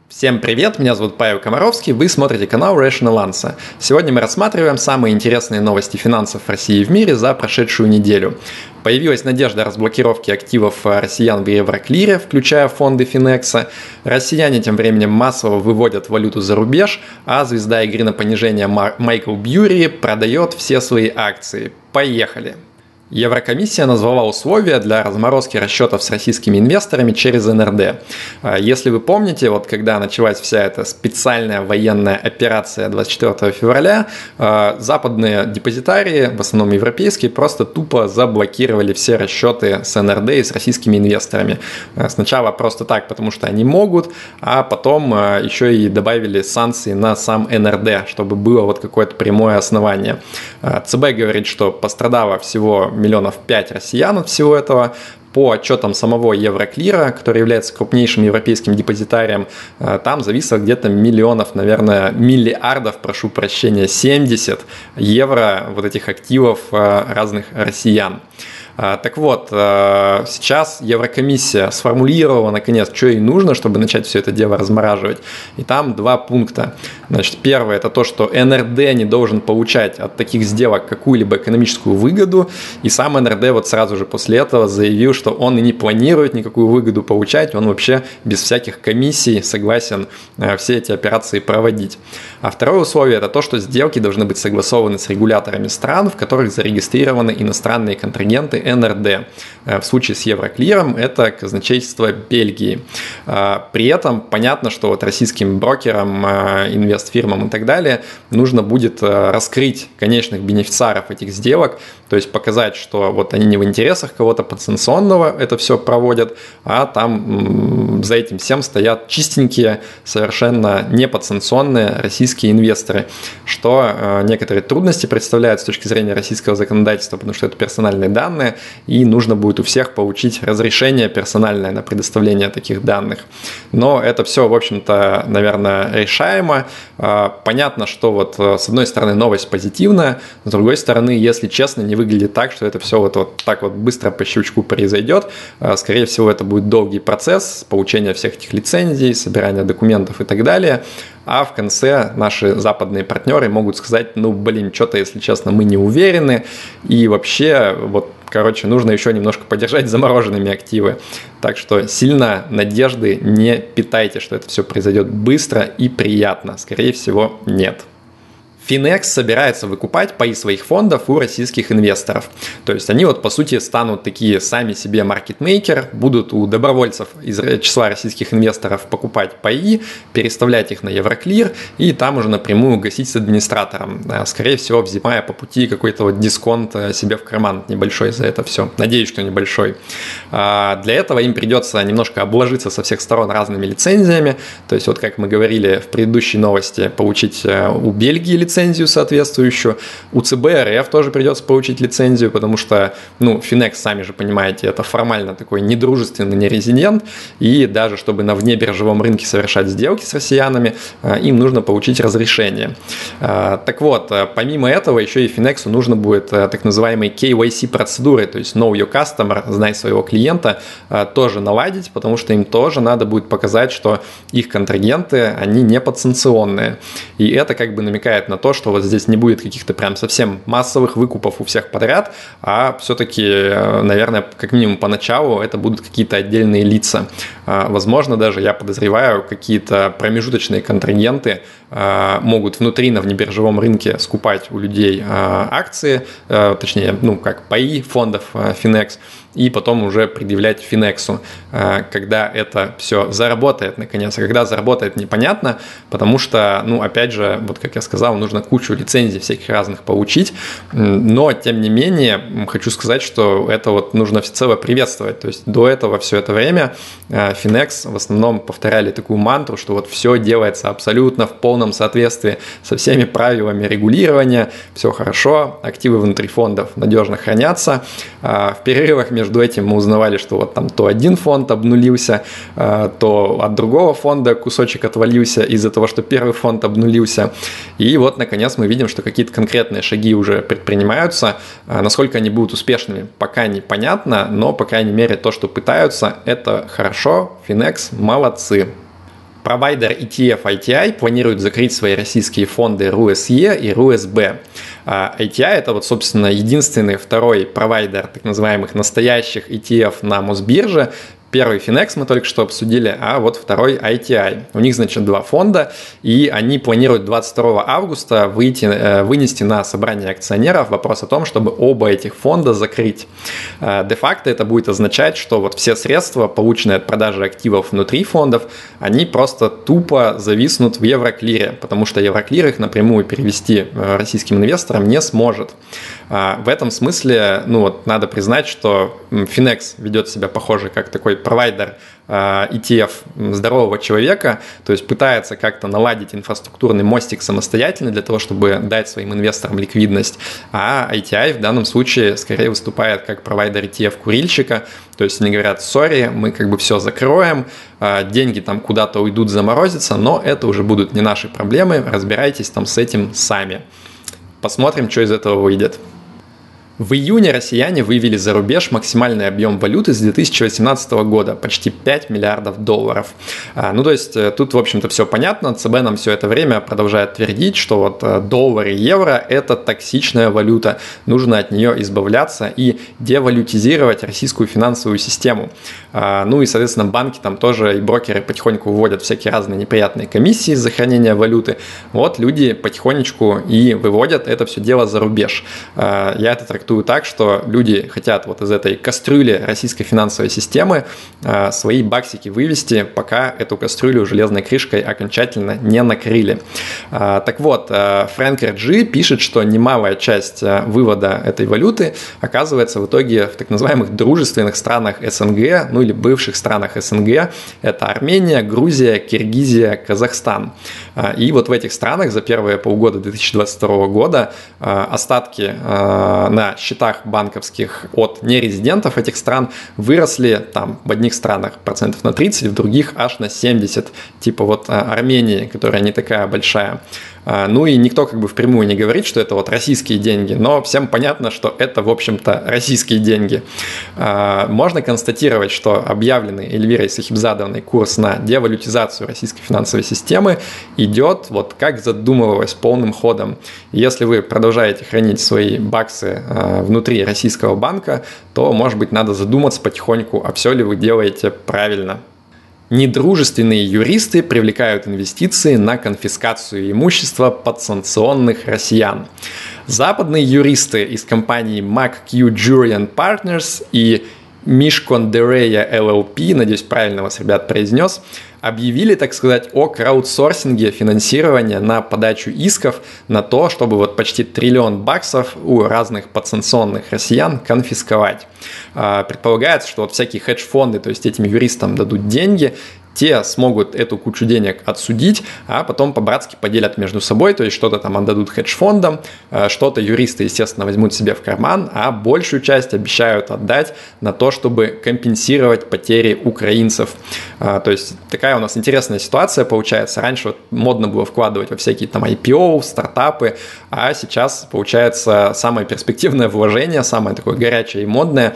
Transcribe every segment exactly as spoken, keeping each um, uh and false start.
Всем привет, меня зовут Павел Комаровский, вы смотрите канал Rational Answer. Сегодня мы рассматриваем самые интересные новости финансов в России и в мире за прошедшую неделю. Появилась надежда разблокировки активов россиян в Евроклире, включая фонды Финекса. Россияне тем временем массово выводят валюту за рубеж, а звезда игры на понижение Майкл Бьюри продает все свои акции. Поехали! Еврокомиссия назвала условия для разморозки расчетов с российскими инвесторами через эн эр дэ. Если вы помните, вот когда началась вся эта специальная военная операция двадцать четвёртого февраля, западные депозитарии, в основном европейские, просто тупо заблокировали все расчеты с эн эр дэ и с российскими инвесторами. Сначала просто так, потому что они могут, а потом еще и добавили санкции на сам эн эр дэ, чтобы было вот какое-то прямое основание. цэ бэ говорит, что пострадало всего миллионов пять россиян от всего этого. По отчетам самого Евроклира, который является крупнейшим европейским депозитарием, там зависло где-то миллионов, наверное, миллиардов, прошу прощения, семьдесят евро вот этих активов разных россиян. Так вот, сейчас Еврокомиссия сформулировала, наконец, что ей нужно, чтобы начать все это дело размораживать. И там два пункта. Значит, первое – это то, что эн эр дэ не должен получать от таких сделок какую-либо экономическую выгоду. И сам эн эр дэ вот сразу же после этого заявил, что он и не планирует никакую выгоду получать, он вообще без всяких комиссий согласен все эти операции проводить. А второе условие – это то, что сделки должны быть согласованы с регуляторами стран, в которых зарегистрированы иностранные контрагенты эн эр дэ. В случае с Евроклиром это казначейство Бельгии. При этом понятно, что вот российским брокерам, инвестфирмам и так далее нужно будет раскрыть конечных бенефициаров этих сделок, то есть показать, что вот они не в интересах кого-то подсанкционного это все проводят, а там за этим всем стоят чистенькие, совершенно не подсанкционные российские инвесторы, что некоторые трудности представляют с точки зрения российского законодательства, потому что это персональные данные, и нужно будет у всех получить разрешение персональное на предоставление таких данных. Но это все, в общем-то, наверное, решаемо. Понятно, что вот с одной стороны новость позитивная, с другой стороны, если честно, не выглядит так, что это все вот, вот так вот быстро по щелчку произойдет. Скорее всего, это будет долгий процесс получения всех этих лицензий, собирания документов и так далее. А в конце наши западные партнеры могут сказать, ну, блин, что-то, если честно, мы не уверены. И вообще, вот, короче, нужно еще немножко подержать замороженными активы. Так что сильно надежды не питайте, что это все произойдет быстро и приятно. Скорее всего, нет. Финекс собирается выкупать паи своих фондов у российских инвесторов. То есть они вот по сути станут такие сами себе маркетмейкер, будут у добровольцев из числа российских инвесторов покупать паи, переставлять их на Евроклир и там уже напрямую гасить с администратором. Скорее всего, взимая по пути какой-то вот дисконт себе в карман небольшой за это все. Надеюсь, что небольшой. Для этого им придется немножко обложиться со всех сторон разными лицензиями. То есть вот как мы говорили в предыдущей новости, получить у Бельгии лицензию, лицензию соответствующую. У цэ бэ эр эф тоже придется получить лицензию, потому что, ну, Финекс, сами же понимаете, это формально такой недружественный нерезидент, и даже чтобы на внебиржевом рынке совершать сделки с россиянами, им нужно получить разрешение. Так вот, помимо этого, еще и Финексу нужно будет так называемые кей вай си процедуры, то есть Know Your Customer, знай своего клиента, тоже наладить, потому что им тоже надо будет показать, что их контрагенты, они не подсанкционные. И это как бы намекает на то, что вот здесь не будет каких-то прям совсем массовых выкупов у всех подряд, а все-таки, наверное, как минимум поначалу это будут какие-то отдельные лица. Возможно, даже, я подозреваю, какие-то промежуточные контрагенты могут внутри на внебиржевом рынке скупать у людей акции, точнее, ну, как паи фондов Финекс, и потом уже предъявлять Финексу, когда это все заработает наконец. А когда заработает, непонятно, потому что, ну, опять же, вот как я сказал, нужно кучу лицензий всяких разных получить, но, тем не менее, хочу сказать, что это вот нужно всецело приветствовать. То есть до этого все это время Финекс в основном повторяли такую мантру, что вот все делается абсолютно в полном соответствии со всеми правилами регулирования, все хорошо, активы внутри фондов надежно хранятся. В перерывах между Между этим мы узнавали, что вот там то один фонд обнулился, то от другого фонда кусочек отвалился из-за того, что первый фонд обнулился. И вот, наконец, мы видим, что какие-то конкретные шаги уже предпринимаются. Насколько они будут успешными, пока непонятно, но, по крайней мере, то, что пытаются, это хорошо. Финекс молодцы. Провайдер и ти эф ай ти ай планирует закрыть свои российские фонды эр у эс и и эр у эс бэ. ай ти ай – это вот, собственно, единственный второй провайдер так называемых настоящих и ти эф на Мосбирже. Первый Finex мы только что обсудили, а вот второй ай ти ай. У них, значит, два фонда, и они планируют двадцать второго августа выйти, э, вынести на собрание акционеров вопрос о том, чтобы оба этих фонда закрыть. Э, де-факто это будет означать, что вот все средства, полученные от продажи активов внутри фондов, они просто тупо зависнут в Евроклире, потому что Евроклир их напрямую перевести российским инвесторам не сможет. Э, в этом смысле, ну вот, надо признать, что Finex ведет себя похоже как такой провайдер и ти эф здорового человека, то есть пытается как-то наладить инфраструктурный мостик самостоятельно для того, чтобы дать своим инвесторам ликвидность, а ай ти ай в данном случае скорее выступает как провайдер и ти эф-курильщика, то есть они говорят: сори, мы как бы все закроем, деньги там куда-то уйдут, заморозятся, но это уже будут не наши проблемы, разбирайтесь там с этим сами. Посмотрим, что из этого выйдет. В июне россияне вывели за рубеж максимальный объем валюты с две тысячи восемнадцатого года, почти пять миллиардов долларов. Ну, то есть тут, в общем-то, все понятно. ЦБ нам все это время продолжает твердить, что вот доллар и евро – это токсичная валюта, нужно от нее избавляться и девалютизировать российскую финансовую систему. Ну и, соответственно, банки там тоже и брокеры потихоньку вводят всякие разные неприятные комиссии за хранение валюты. Вот люди потихонечку и выводят это все дело за рубеж. Я это трактую так, что люди хотят вот из этой кастрюли российской финансовой системы э, свои баксики вывести, пока эту кастрюлю железной крышкой окончательно не накрыли. Э, так вот, э, Фрэнк эр джи пишет, что немалая часть э, вывода этой валюты оказывается в итоге в так называемых дружественных странах эс эн гэ, ну или бывших странах эс эн гэ. Это Армения, Грузия, Киргизия, Казахстан. Э, и вот в этих странах за первые полгода две тысячи двадцать второго года э, остатки э, на счетах банковских от нерезидентов этих стран выросли там в одних странах процентов на тридцать, в других аж на семьдесят, типа вот Армении, которая не такая большая. Ну и никто как бы впрямую не говорит, что это вот российские деньги, но всем понятно, что это, в общем-то, российские деньги. Можно констатировать, что объявленный Эльвирой Сахибзадовной курс на девалютизацию российской финансовой системы идет вот как задумывалось полным ходом. Если вы продолжаете хранить свои баксы внутри российского банка, то, может быть, надо задуматься потихоньку, а все ли вы делаете правильно. Недружественные юристы привлекают инвестиции на конфискацию имущества подсанкционных россиян. Западные юристы из компаний McQ Jury Partners и Mishcon-Dereya эл эл пи, надеюсь, правильно вас, ребят, произнес, объявили, так сказать, о краудсорсинге финансирования на подачу исков на то, чтобы вот почти триллион баксов у разных подсанкционных россиян конфисковать. Предполагается, что вот всякие хедж-фонды, то есть этим юристам дадут деньги, те смогут эту кучу денег отсудить, а потом по-братски поделят между собой, то есть что-то там отдадут хедж-фондам, что-то юристы, естественно, возьмут себе в карман, а большую часть обещают отдать на то, чтобы компенсировать потери украинцев. То есть такая у нас интересная ситуация получается. Раньше вот модно было вкладывать во всякие там ай пи о, стартапы, а сейчас, получается, самое перспективное вложение, самое такое горячее и модное,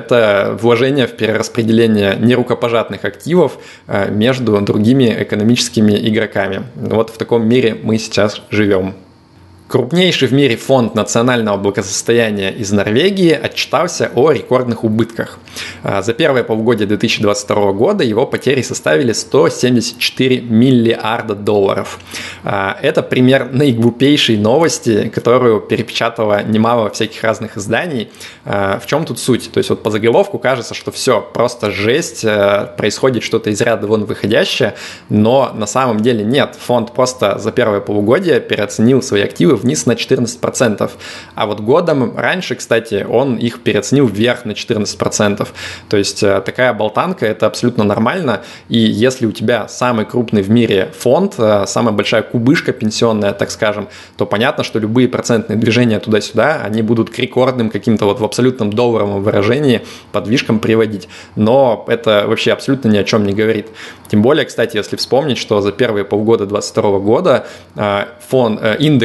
это вложение в перераспределение нерукопожатных активов между другими экономическими игроками. Вот в таком мире мы сейчас живем. Крупнейший в мире фонд национального благосостояния из Норвегии отчитался о рекордных убытках. За первое полугодие две тысячи двадцать второго года его потери составили сто семьдесят четыре миллиарда долларов. Это пример наиглупейшей новости, которую перепечатало немало всяких разных изданий. В чем тут суть? То есть вот по заголовку кажется, что все, просто жесть, происходит что-то из ряда вон выходящее, но на самом деле нет. Фонд просто за первое полугодие переоценил свои активы вниз на четырнадцать процентов. А вот годом раньше, кстати, он их переоценил вверх на четырнадцать процентов. То есть такая болтанка – это абсолютно нормально. И если у тебя самый крупный в мире фонд, самая большая кубышка пенсионная, так скажем, то понятно, что любые процентные движения туда-сюда, они будут к рекордным каким-то вот в абсолютном долларовом выражении подвижкам приводить. Но это вообще абсолютно ни о чем не говорит. Тем более, кстати, если вспомнить, что за первые полгода две тысячи двадцать второго года фонд, индекс акций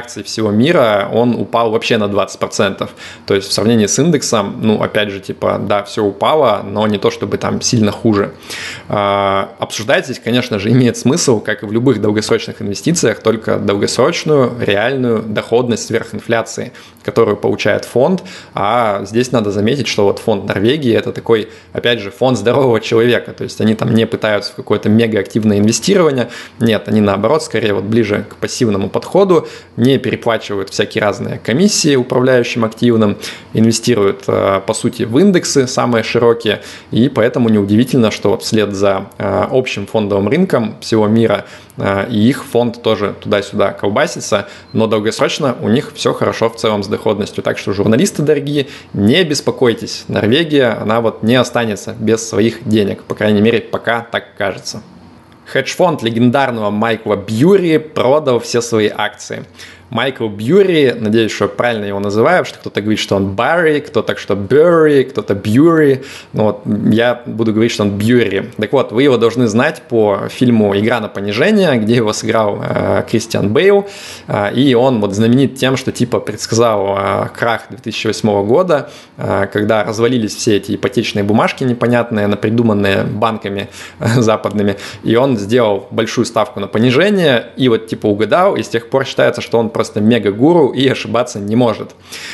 акций всего мира, он упал вообще на двадцать процентов. То есть в сравнении с индексом, ну, опять же, типа, да, все упало, но не то, чтобы там сильно хуже. Обсуждать здесь, конечно же, имеет смысл, как и в любых долгосрочных инвестициях, только долгосрочную реальную доходность сверх инфляции, которую получает фонд. А здесь надо заметить, что вот фонд Норвегии – это такой, опять же, фонд здорового человека. То есть они там не пытаются в какое-то мегаактивное инвестирование. Нет, они наоборот, скорее вот ближе к пассивному подходу, не переплачивают всякие разные комиссии управляющим активным, инвестируют, по сути, в индексы самые широкие. И поэтому неудивительно, что вот вслед за общим фондовым рынком всего мира и их фонд тоже туда-сюда колбасится, но долгосрочно у них все хорошо в целом с доходностью. Так что, журналисты дорогие, не беспокойтесь, Норвегия, она вот не останется без своих денег, по крайней мере, пока так кажется. Хедж-фонд легендарного Майкла Бьюри продал все свои акции. Майкл Бьюри, надеюсь, что я правильно его называю, потому что кто-то говорит, что он Барри, кто-то, что Берри, кто-то Бьюри. Ну вот я буду говорить, что он Бьюри. Так вот, вы его должны знать по фильму «Игра на понижение», где его сыграл э, Кристиан Бейл. Э, и он вот знаменит тем, что типа предсказал э, крах две тысячи восьмого года, э, когда развалились все эти ипотечные бумажки непонятные, напридуманные банками э, западными. И он сделал большую ставку на понижение и вот типа угадал. И с тех пор считается, что он просто мега-гуру и ошибаться не может.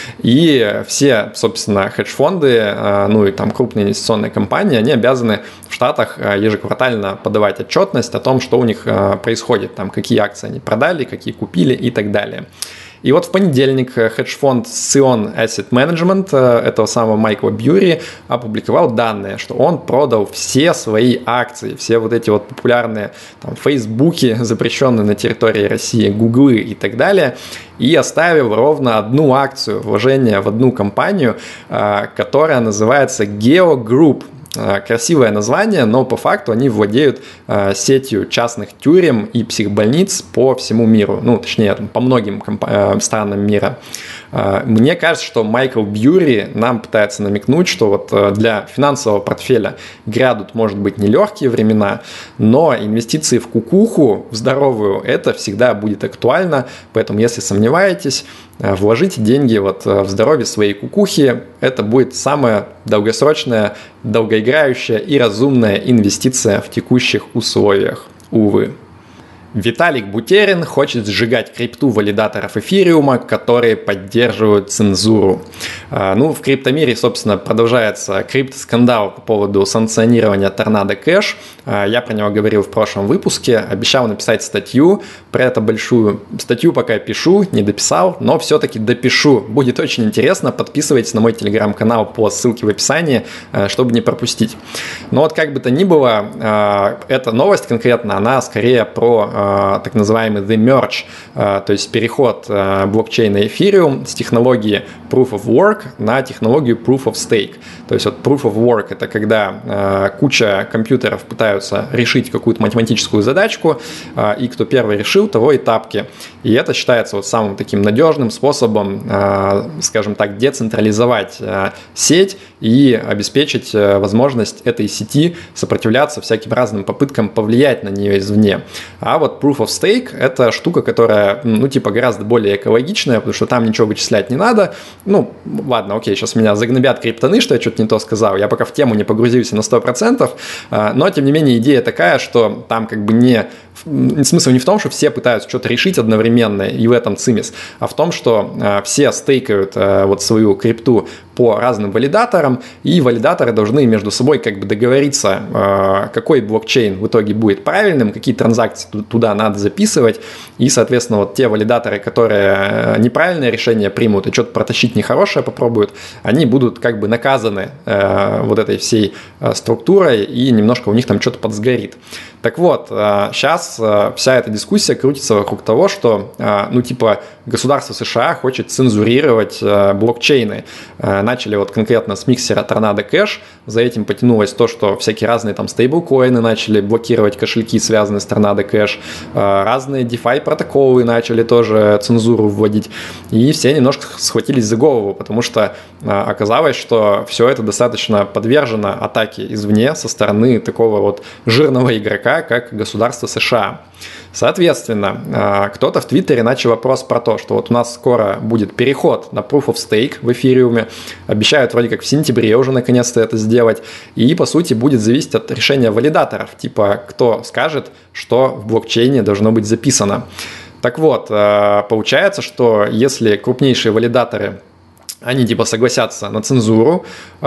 И все, собственно, хедж-фонды, ну и там крупные инвестиционные компании, они обязаны в Штатах ежеквартально подавать отчетность о том, что у них происходит, там, какие акции они продали, какие купили и так далее. И вот в понедельник хедж-фонд Scion Asset Management этого самого Майкла Бьюри опубликовал данные, что он продал все свои акции, все вот эти вот популярные там, фейсбуки, запрещенные на территории России, гуглы и так далее, и оставил ровно одну акцию, вложение в одну компанию, которая называется Geo Group. Красивое название, но по факту они владеют э, сетью частных тюрем и психбольниц по всему миру, ну, точнее, по многим комп- э, странам мира. Э, мне кажется, что Майкл Бьюри нам пытается намекнуть, что вот э, для финансового портфеля грядут, может быть, нелегкие времена, но инвестиции в кукуху, в здоровую, это всегда будет актуально, поэтому, если сомневаетесь, вложите деньги вот в здоровье своей кукухи, это будет самая долгосрочная, долгоиграющая и разумная инвестиция в текущих условиях, увы. Виталик Бутерин хочет сжигать крипту валидаторов эфириума, которые поддерживают цензуру. Ну, в криптомире, собственно, продолжается крипто-скандал по поводу санкционирования Торнадо Кэш. Я про него говорил в прошлом выпуске, обещал написать статью, про это большую статью пока пишу, не дописал, но все-таки допишу. Будет очень интересно, подписывайтесь на мой телеграм-канал по ссылке в описании, чтобы не пропустить. Но вот как бы то ни было, эта новость конкретно, она скорее про так называемый the merge, то есть переход блокчейна Ethereum с технологии Proof of Work на технологию Proof of Stake. То есть вот Proof of Work – это когда куча компьютеров пытаются решить какую-то математическую задачку, и кто первый решил, того и тапки. И это считается вот самым таким надежным способом, скажем так, децентрализовать сеть и обеспечить возможность этой сети сопротивляться всяким разным попыткам повлиять на нее извне. А вот Proof of Stake – это штука, которая, ну, типа, гораздо более экологичная, потому что там ничего вычислять не надо. Ну, ладно, окей, сейчас меня загнобят криптоны, что я что-то не то сказал. Я пока в тему не погрузился на сто процентов, но, тем не менее, идея такая, что там как бы не… Смысл не в том, что все пытаются что-то решить одновременно, и в этом цимис, а в том, что все стейкают вот свою крипту по разным валидаторам, и валидаторы должны между собой как бы договориться, какой блокчейн в итоге будет правильным, какие транзакции туда надо записывать, и, соответственно, вот те валидаторы, которые неправильное решение примут и что-то протащить нехорошее попробуют, они будут как бы наказаны вот этой всей структурой, и немножко у них там что-то подсгорит. Так вот, сейчас вся эта дискуссия крутится вокруг того, что, ну, типа, государство США хочет цензурировать блокчейны. Начали вот конкретно с миксера Торнадо Кэш, за этим потянулось то, что всякие разные там стейблкоины начали блокировать кошельки, связанные с Торнадо Кэш, разные DeFi протоколы начали тоже цензуру вводить, и все немножко схватились за голову, потому что оказалось, что все это достаточно подвержено атаке извне со стороны такого вот жирного игрока, пока как государство США. Соответственно, кто-то в Твиттере начал вопрос про то, что вот у нас скоро будет переход на Proof of Stake в эфириуме. Обещают вроде как в сентябре уже наконец-то это сделать. И, по сути, будет зависеть от решения валидаторов. Типа, кто скажет, что в блокчейне должно быть записано. Так вот, получается, что если крупнейшие валидаторы они типа согласятся на цензуру,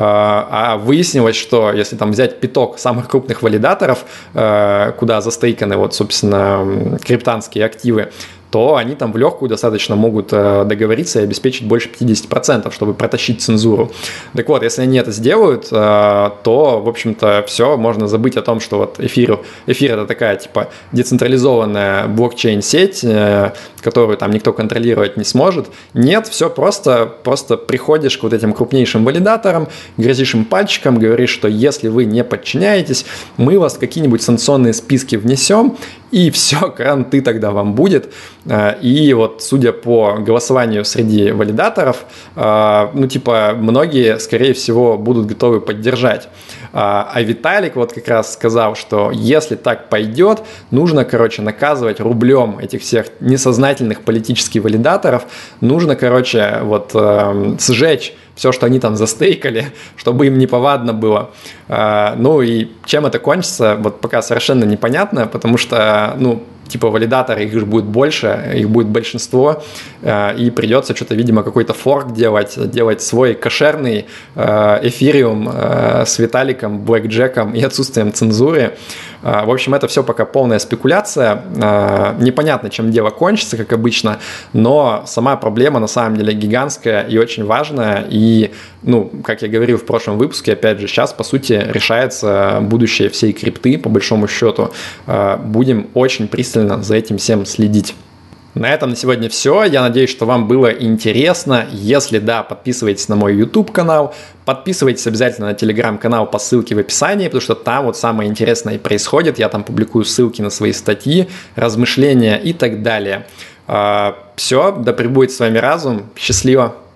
а выяснилось, что если там взять пяток самых крупных валидаторов, куда застейканы вот, собственно, криптанские активы, то они там в легкую достаточно могут договориться и обеспечить больше пятьдесят процентов, чтобы протащить цензуру. Так вот, если они это сделают, то, в общем-то, все, можно забыть о том, что вот эфир, эфир это такая, типа, децентрализованная блокчейн-сеть, которую там никто контролировать не сможет. Нет, все просто, просто приходишь к вот этим крупнейшим валидаторам, грозишь им пальчиком, говоришь, что если вы не подчиняетесь, мы вас в какие-нибудь санкционные списки внесем, и все, кранты тогда вам будет. И вот, судя по голосованию среди валидаторов, ну, типа, многие, скорее всего, будут готовы поддержать. А Виталик вот как раз сказал, что если так пойдет, нужно, короче, наказывать рублем этих всех несознательных политических валидаторов, нужно, короче, вот сжечь все, что они там застейкали, чтобы им неповадно было. Ну и чем это кончится, вот пока совершенно непонятно, потому что, ну, типа валидаторы, их же будет больше, их будет большинство, и придется что-то, видимо, какой-то форк делать, делать свой кошерный эфириум с Виталиком, блэкджеком и отсутствием цензуры. В общем, это все пока полная спекуляция. Непонятно, чем дело кончится, как обычно, но сама проблема на самом деле гигантская и очень важная. И, ну, как я говорил в прошлом выпуске, опять же, сейчас, по сути, решается будущее всей крипты, по большому счету. Будем очень пристально за этим всем следить. На этом на сегодня все. Я надеюсь, что вам было интересно. Если да, подписывайтесь на мой YouTube-канал. Подписывайтесь обязательно на Telegram-канал по ссылке в описании, потому что там вот самое интересное и происходит. Я там публикую ссылки на свои статьи, размышления и так далее. Все, да пребудет с вами разум. Счастливо!